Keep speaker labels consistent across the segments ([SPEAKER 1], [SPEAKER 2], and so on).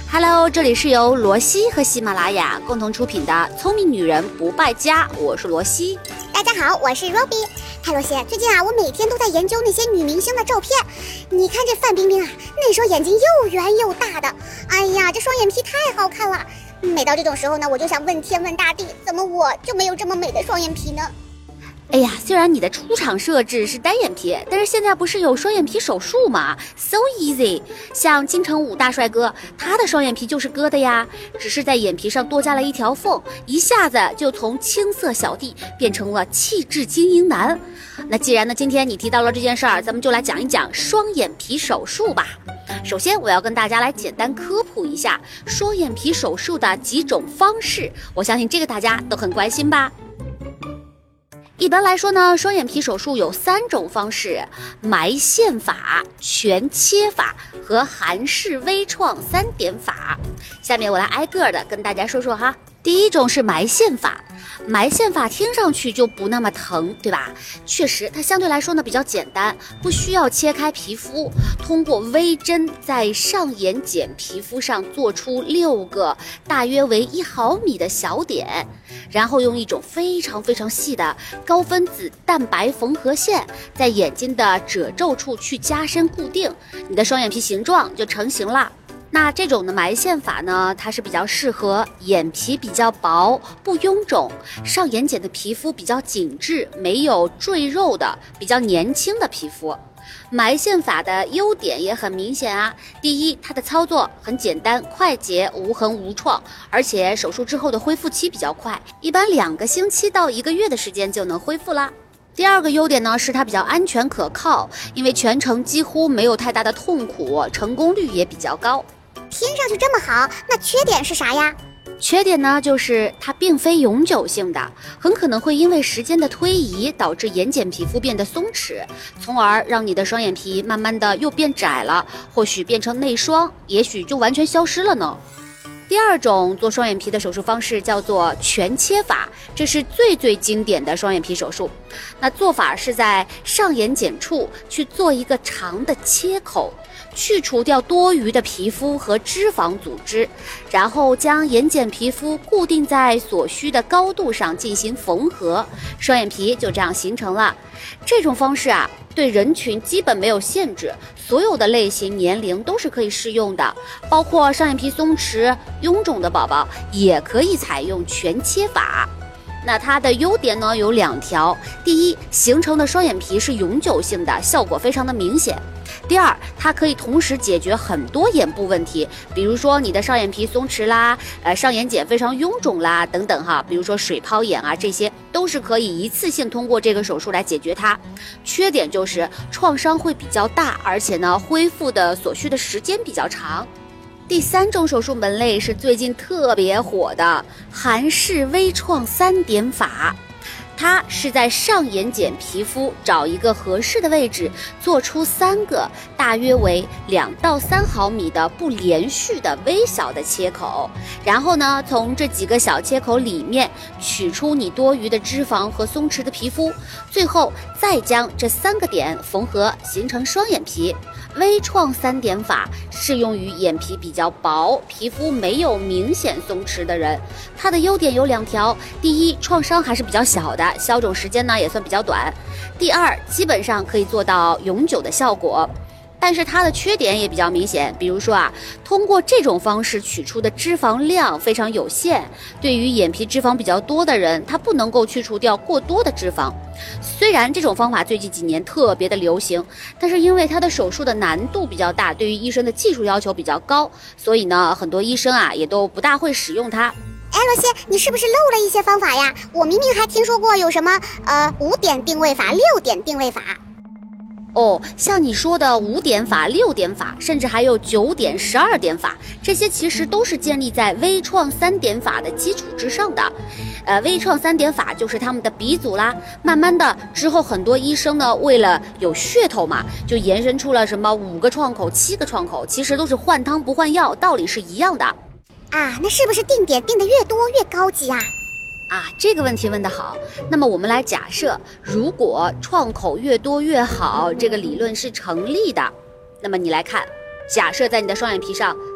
[SPEAKER 1] Hello， 这里是由罗西和喜马拉雅共同出品的《聪明女人不败家》，我是罗西。
[SPEAKER 2] 大家好，我是 Robbie。嗨，罗西，最近我每天都在研究那些女明星的照片。你看这范冰冰那双眼睛又圆又大的，哎呀，这双眼皮太好看了。每到这种时候呢，我就想问天问大地，怎么我就没有这么美的双眼皮呢？
[SPEAKER 1] 哎呀，虽然你的出厂设置是单眼皮，但是现在不是有双眼皮手术吗 ？So easy。像金城武大帅哥，他的双眼皮就是割的呀，只是在眼皮上多加了一条缝，一下子就从青涩小弟变成了气质精英男。那既然呢，今天你提到了这件事儿，咱们就来讲一讲双眼皮手术吧。首先，我要跟大家来简单科普一下双眼皮手术的几种方式，我相信这个大家都很关心吧。一般来说呢，双眼皮手术有3种方式：埋线法、全切法和韩式微创3点法。下面我来挨个的跟大家说说哈。第一种是埋线法，埋线法听上去就不那么疼，对吧？确实，它相对来说呢比较简单，不需要切开皮肤，通过微针在上眼睑皮肤上做出6个大约为1毫米的小点，然后用一种非常非常细的高分子蛋白缝合线在眼睛的褶皱处去加深固定，你的双眼皮形状就成型了。那这种的埋线法呢，它是比较适合眼皮比较薄、不臃肿、上眼睑的皮肤比较紧致、没有赘肉的、比较年轻的皮肤。埋线法的优点也很明显啊，第一，它的操作很简单、快捷、无痕无创，而且手术之后的恢复期比较快，一般2个星期到1个月的时间就能恢复啦。第二个优点呢是它比较安全可靠，因为全程几乎没有太大的痛苦，成功率也比较高。
[SPEAKER 2] 听上去这么好，那缺点是啥呀？
[SPEAKER 1] 缺点呢，就是它并非永久性的，很可能会因为时间的推移导致眼睑皮肤变得松弛，从而让你的双眼皮慢慢的又变窄了，或许变成内双，也许就完全消失了呢。第二种做双眼皮的手术方式叫做全切法，这是最经典的双眼皮手术。那做法是在上眼睑处去做一个长的切口，去除掉多余的皮肤和脂肪组织，然后将眼睑皮肤固定在所需的高度上进行缝合，双眼皮就这样形成了。这种方式啊，对人群基本没有限制，所有的类型、年龄都是可以适用的，包括上眼皮松弛、臃肿的宝宝也可以采用全切法。那它的优点呢有2条，第一，形成的双眼皮是永久性的，效果非常的明显。第二，它可以同时解决很多眼部问题，比如说你的上眼皮松弛啦，上眼睑非常臃肿啦等等哈，比如说水泡眼啊，这些都是可以一次性通过这个手术来解决它。缺点就是创伤会比较大，而且呢恢复的所需的时间比较长。第3种手术门类是最近特别火的韩式微创3点法，它是在上眼睑皮肤找一个合适的位置，做出3个大约为2到3毫米的不连续的微小的切口，然后呢，从这几个小切口里面取出你多余的脂肪和松弛的皮肤，最后再将这3个点缝合，形成双眼皮。微创3点法适用于眼皮比较薄、皮肤没有明显松弛的人。它的优点有2条，第一，创伤还是比较小的，消肿时间呢也算比较短；第二，基本上可以做到永久的效果。但是它的缺点也比较明显，比如说通过这种方式取出的脂肪量非常有限，对于眼皮脂肪比较多的人，它不能够去除掉过多的脂肪。虽然这种方法最近几年特别的流行，但是因为它的手术的难度比较大，对于医生的技术要求比较高，所以呢，很多医生也都不大会使用它。
[SPEAKER 2] 哎，罗西，你是不是漏了一些方法呀？我明明还听说过有什么5点定位法、6点定位法。
[SPEAKER 1] 像你说的5点法、6点法，甚至还有9点、12点法，这些其实都是建立在微创3点法的基础之上的。微创3点法就是他们的鼻祖啦。慢慢的之后，很多医生呢，为了有噱头嘛，就延伸出了什么5个创口、7个创口，其实都是换汤不换药，道理是一样的。
[SPEAKER 2] 那是不是定点定的越多越高级啊？
[SPEAKER 1] 这个问题问得好。那么我们来假设，如果创口越多越好，这个理论是成立的。那么你来看，假设在你的双眼皮上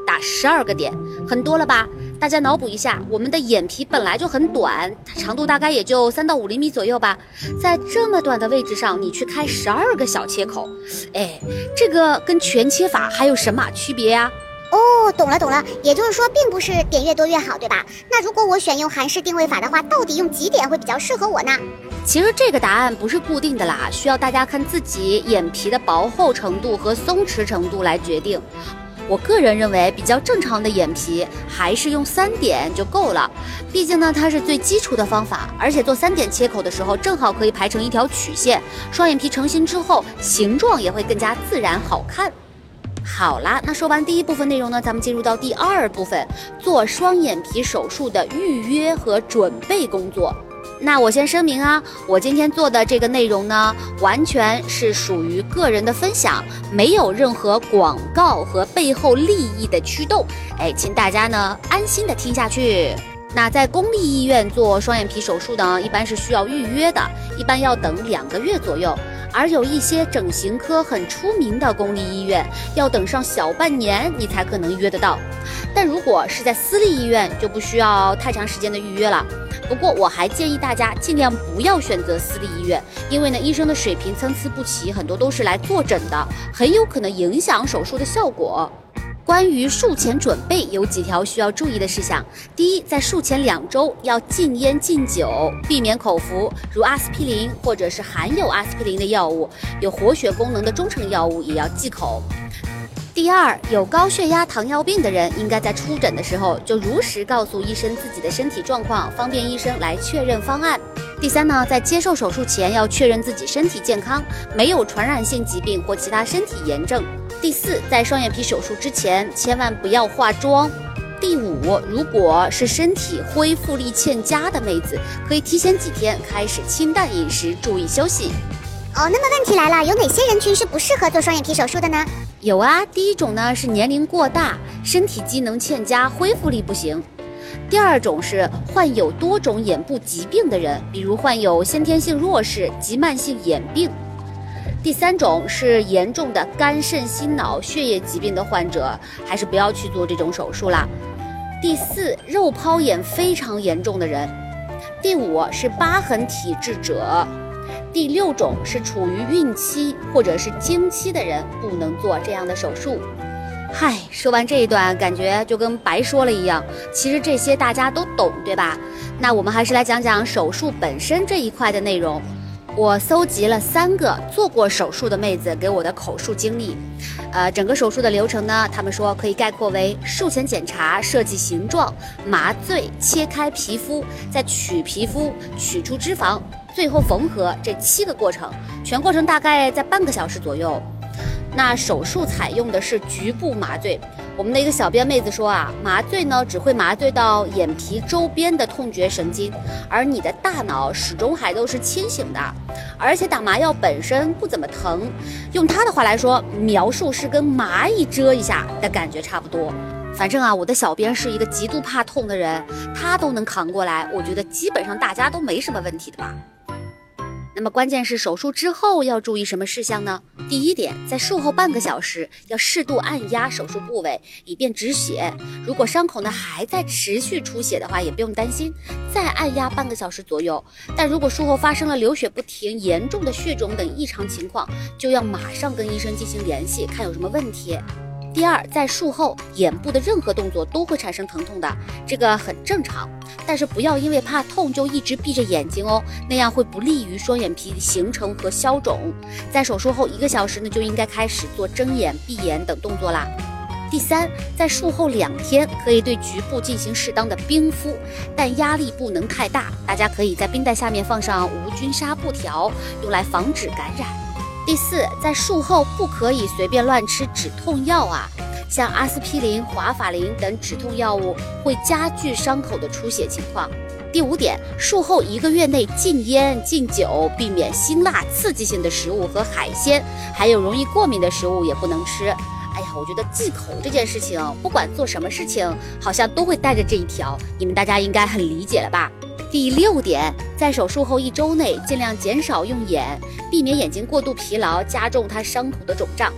[SPEAKER 1] 打12个点，很多了吧？大家脑补一下，我们的眼皮本来就很短，长度大概也就3到5厘米左右吧，在这么短的位置上，你去开12个小切口，这个跟全切法还有神马区别呀？
[SPEAKER 2] 哦，懂了，也就是说并不是点越多越好，对吧？那如果我选用韩式定位法的话，到底用几点会比较适合我呢？
[SPEAKER 1] 其实这个答案不是固定的啦，需要大家看自己眼皮的薄厚程度和松弛程度来决定。我个人认为比较正常的眼皮还是用3点就够了，毕竟呢它是最基础的方法，而且做3点切口的时候正好可以排成一条曲线，双眼皮成型之后形状也会更加自然好看。好啦，那说完第一部分内容呢，咱们进入到第2部分，做双眼皮手术的预约和准备工作。那我先声明啊，我今天做的这个内容呢，完全是属于个人的分享，没有任何广告和背后利益的驱动。请大家呢安心的听下去。那在公立医院做双眼皮手术呢，一般是需要预约的，一般要等2个月左右。而有一些整形科很出名的公立医院，要等上小半年你才可能约得到。但如果是在私立医院，就不需要太长时间的预约了。不过我还建议大家尽量不要选择私立医院，因为呢医生的水平参差不齐，很多都是来坐诊的，很有可能影响手术的效果。关于术前准备有几条需要注意的事项。第一，在术前2周要禁烟禁酒，避免口服，如阿司匹林或者是含有阿司匹林的药物，有活血功能的中成药物也要忌口。第二，有高血压、糖尿病的人应该在出诊的时候就如实告诉医生自己的身体状况，方便医生来确认方案。第三呢，在接受手术前要确认自己身体健康，没有传染性疾病或其他身体炎症。第四，在双眼皮手术之前千万不要化妆。第五，如果是身体恢复力欠佳的妹子，可以提前几天开始清淡饮食，注意休息。
[SPEAKER 2] 那么问题来了，有哪些人群是不适合做双眼皮手术的呢？
[SPEAKER 1] 有啊，第一种呢是年龄过大，身体机能欠佳，恢复力不行。第二种是患有多种眼部疾病的人，比如患有先天性弱视及慢性眼病。第三种是严重的肝肾心脑血液疾病的患者，还是不要去做这种手术啦。第四，肉泡眼非常严重的人。第五是疤痕体质者。第六种是处于孕期或者是经期的人，不能做这样的手术。嗨，说完这一段感觉就跟白说了一样，其实这些大家都懂，对吧？那我们还是来讲讲手术本身这一块的内容。我搜集了3个做过手术的妹子给我的口述经历。整个手术的流程呢，他们说可以概括为术前检查、设计形状、麻醉、切开皮肤、再取皮肤、取出脂肪，最后缝合，这7个过程，全过程大概在半个小时左右。那手术采用的是局部麻醉。我们的一个小编妹子说啊，麻醉呢只会麻醉到眼皮周边的痛觉神经，而你的大脑始终还都是清醒的，而且打麻药本身不怎么疼，用她的话来说，描述是跟蚂蚁蛰一下的感觉差不多。反正啊，我的小编是一个极度怕痛的人，他都能扛过来，我觉得基本上大家都没什么问题的吧。那么关键是手术之后要注意什么事项呢？第一点，在术后半个小时要适度按压手术部位，以便止血。如果伤口呢还在持续出血的话，也不用担心，再按压半个小时左右。但如果术后发生了流血不停、严重的血肿等异常情况，就要马上跟医生进行联系，看有什么问题。第二，在术后眼部的任何动作都会产生疼痛的，这个很正常，但是不要因为怕痛就一直闭着眼睛哦，那样会不利于双眼皮形成和消肿。在手术后1个小时呢，就应该开始做睁眼、闭眼等动作啦。第三，在术后2天可以对局部进行适当的冰敷，但压力不能太大，大家可以在冰袋下面放上无菌纱布条，用来防止感染。第四，在术后不可以随便乱吃止痛药啊，像阿司匹林、华法林等止痛药物会加剧伤口的出血情况。第五点，术后1个月内禁烟禁酒，避免辛辣刺激性的食物和海鲜，还有容易过敏的食物也不能吃。哎呀，我觉得忌口这件事情，不管做什么事情，好像都会带着这一条，你们大家应该很理解了吧？第6点，在手术后1周内尽量减少用眼，避免眼睛过度疲劳，加重它伤口的肿胀。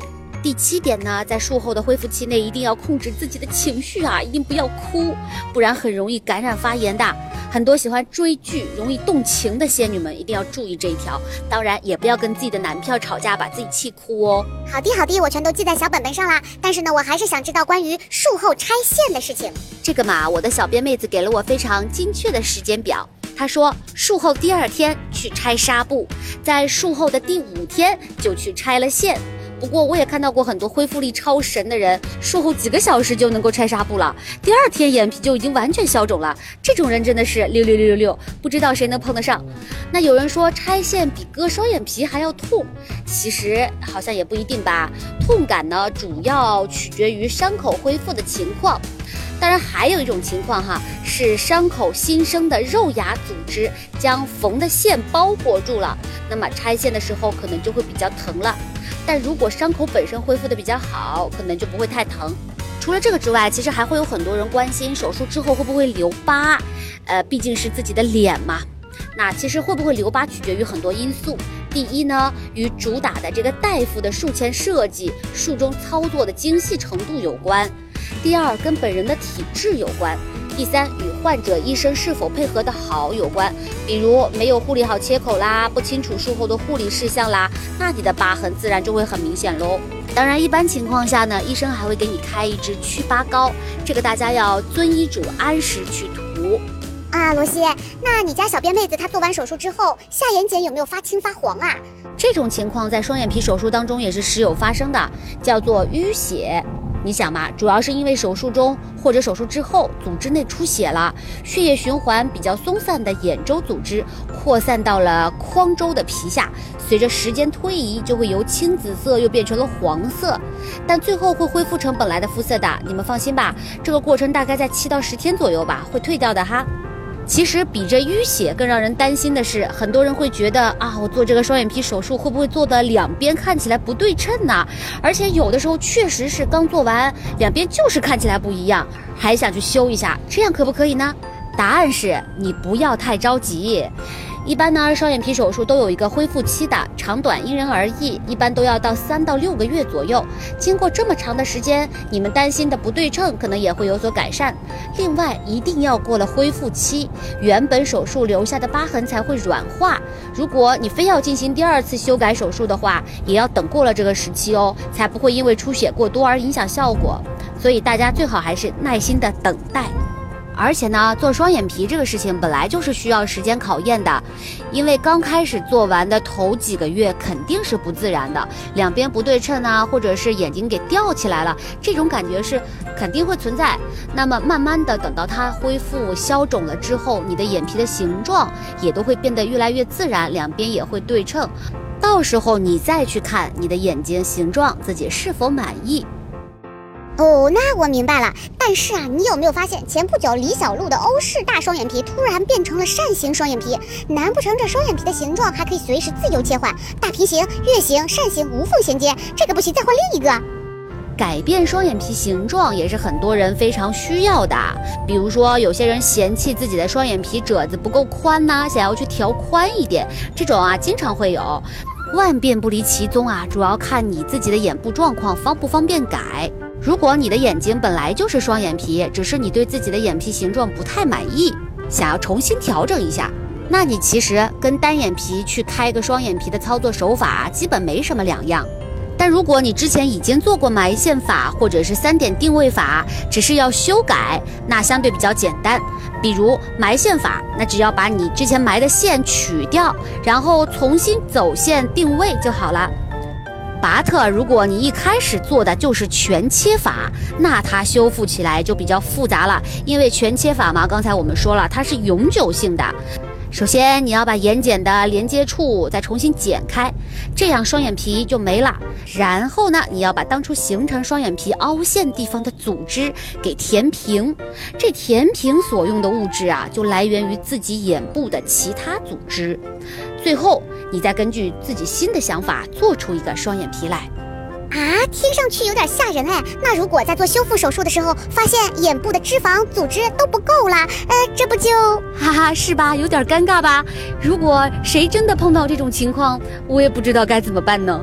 [SPEAKER 1] 第7点呢，在术后的恢复期内，一定要控制自己的情绪啊，一定不要哭，不然很容易感染发炎的。很多喜欢追剧、容易动情的仙女们一定要注意这一条，当然也不要跟自己的男票吵架，把自己气哭哦。
[SPEAKER 2] 好的，我全都记在小本本上啦。但是呢，我还是想知道关于术后拆线的事情。
[SPEAKER 1] 这个嘛，我的小编妹子给了我非常精确的时间表。她说，术后第2天去拆纱布，在术后的第5天就去拆了线。不过我也看到过很多恢复力超神的人，术后几个小时就能够拆纱布了，第2天眼皮就已经完全消肿了。这种人真的是66666，不知道谁能碰得上。那有人说拆线比割双眼皮还要痛，其实好像也不一定吧。痛感呢，主要取决于伤口恢复的情况。当然还有一种情况哈，是伤口新生的肉芽组织将缝的线包裹住了，那么拆线的时候可能就会比较疼了。但如果伤口本身恢复的比较好，可能就不会太疼。除了这个之外，其实还会有很多人关心手术之后会不会留疤，毕竟是自己的脸嘛。那其实会不会留疤取决于很多因素。第一呢，与主打的这个大夫的术前设计、术中操作的精细程度有关。第二，跟本人的体质有关。第三，与患者医生是否配合的好有关，比如没有护理好切口啦，不清楚术后的护理事项啦，那你的疤痕自然就会很明显喽。当然一般情况下呢，医生还会给你开一支祛疤膏，这个大家要遵医嘱按时去涂。
[SPEAKER 2] 罗西，那你家小编妹子她做完手术之后，下眼睑有没有发青发黄啊？
[SPEAKER 1] 这种情况在双眼皮手术当中也是时有发生的，叫做淤血。你想嘛，主要是因为手术中或者手术之后组织内出血了，血液循环比较松散的眼周组织扩散到了眶周的皮下，随着时间推移就会由青紫色又变成了黄色，但最后会恢复成本来的肤色的，你们放心吧，这个过程大概在7到10天左右吧，会退掉的哈。其实比这淤血更让人担心的是，很多人会觉得啊，我做这个双眼皮手术会不会做的两边看起来不对称呢？而且有的时候确实是刚做完，两边就是看起来不一样，还想去修一下，这样可不可以呢？答案是你不要太着急。一般呢，双眼皮手术都有一个恢复期的，长短因人而异，一般都要到3到6个月左右。经过这么长的时间，你们担心的不对称可能也会有所改善。另外，一定要过了恢复期，原本手术留下的疤痕才会软化。如果你非要进行第2次修改手术的话，也要等过了这个时期哦，才不会因为出血过多而影响效果。所以大家最好还是耐心的等待。而且呢，做双眼皮这个事情本来就是需要时间考验的，因为刚开始做完的头几个月肯定是不自然的，两边不对称啊，或者是眼睛给吊起来了，这种感觉是肯定会存在。那么慢慢的等到它恢复消肿了之后，你的眼皮的形状也都会变得越来越自然，两边也会对称，到时候你再去看你的眼睛形状自己是否满意。
[SPEAKER 2] 哦，那我明白了。但是啊，你有没有发现前不久李小璐的欧式大双眼皮突然变成了扇形双眼皮？难不成这双眼皮的形状还可以随时自由切换，大平行、月形、扇形无缝衔接？这个不行，再换另一个。
[SPEAKER 1] 改变双眼皮形状也是很多人非常需要的，比如说有些人嫌弃自己的双眼皮褶子不够宽呐，想要去调宽一点，这种啊经常会有。万变不离其宗啊，主要看你自己的眼部状况方不方便改。如果你的眼睛本来就是双眼皮，只是你对自己的眼皮形状不太满意，想要重新调整一下，那你其实跟单眼皮去开个双眼皮的操作手法基本没什么两样。但如果你之前已经做过埋线法或者是3点定位法，只是要修改，那相对比较简单。比如埋线法，那只要把你之前埋的线取掉，然后重新走线定位就好了。拔特，如果你一开始做的就是全切法，那它修复起来就比较复杂了，因为全切法嘛，刚才我们说了，它是永久性的。首先你要把眼睑的连接处再重新剪开，这样双眼皮就没了。然后呢，你要把当初形成双眼皮凹陷地方的组织给填平，这填平所用的物质啊，就来源于自己眼部的其他组织。最后你再根据自己新的想法做出一个双眼皮来。
[SPEAKER 2] 啊，听上去有点吓人哎。那如果在做修复手术的时候发现眼部的脂肪组织都不够啦，这不就……
[SPEAKER 1] 哈哈，是吧？有点尴尬吧？如果谁真的碰到这种情况，我也不知道该怎么办呢。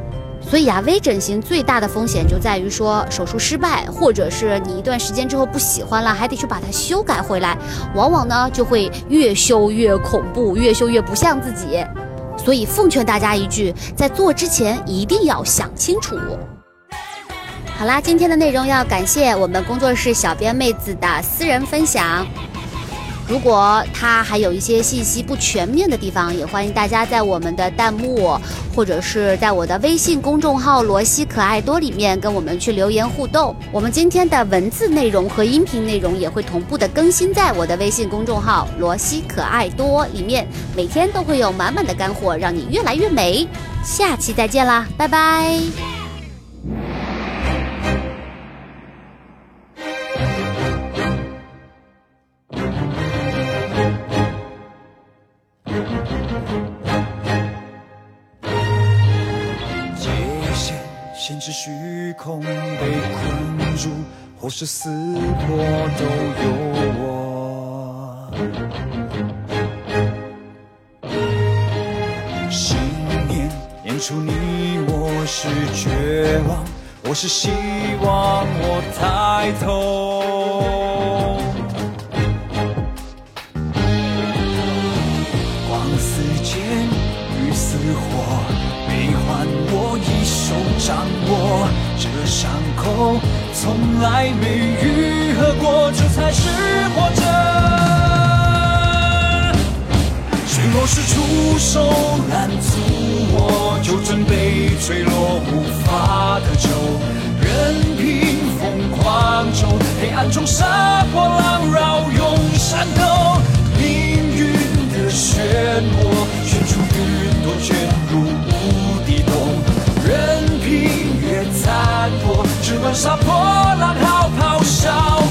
[SPEAKER 1] 所以微整形最大的风险就在于说手术失败，或者是你一段时间之后不喜欢了，还得去把它修改回来，往往呢就会越修越恐怖，越修越不像自己。所以奉劝大家一句，在做之前一定要想清楚。好啦，今天的内容要感谢我们工作室小编妹子的私人分享。如果它还有一些信息不全面的地方，也欢迎大家在我们的弹幕或者是在我的微信公众号罗西可爱多里面跟我们去留言互动。我们今天的文字内容和音频内容也会同步的更新在我的微信公众号罗西可爱多里面，每天都会有满满的干货，让你越来越美。下期再见啦，拜拜。
[SPEAKER 3] 限制虚空被困住，或是撕破都有我。信念演出你我是绝望，我是希望我抬头。光似箭，雨似火，悲欢我一手掌握，这伤口从来没愈合过，这才是活着。水若是出手拦阻我，就准备坠落无法可救。任凭风狂骤，黑暗中杀破狼扰涌山沟，命运的漩涡，旋出云朵卷入无底洞。任凭越残破，只管杀破狼嚎咆哮。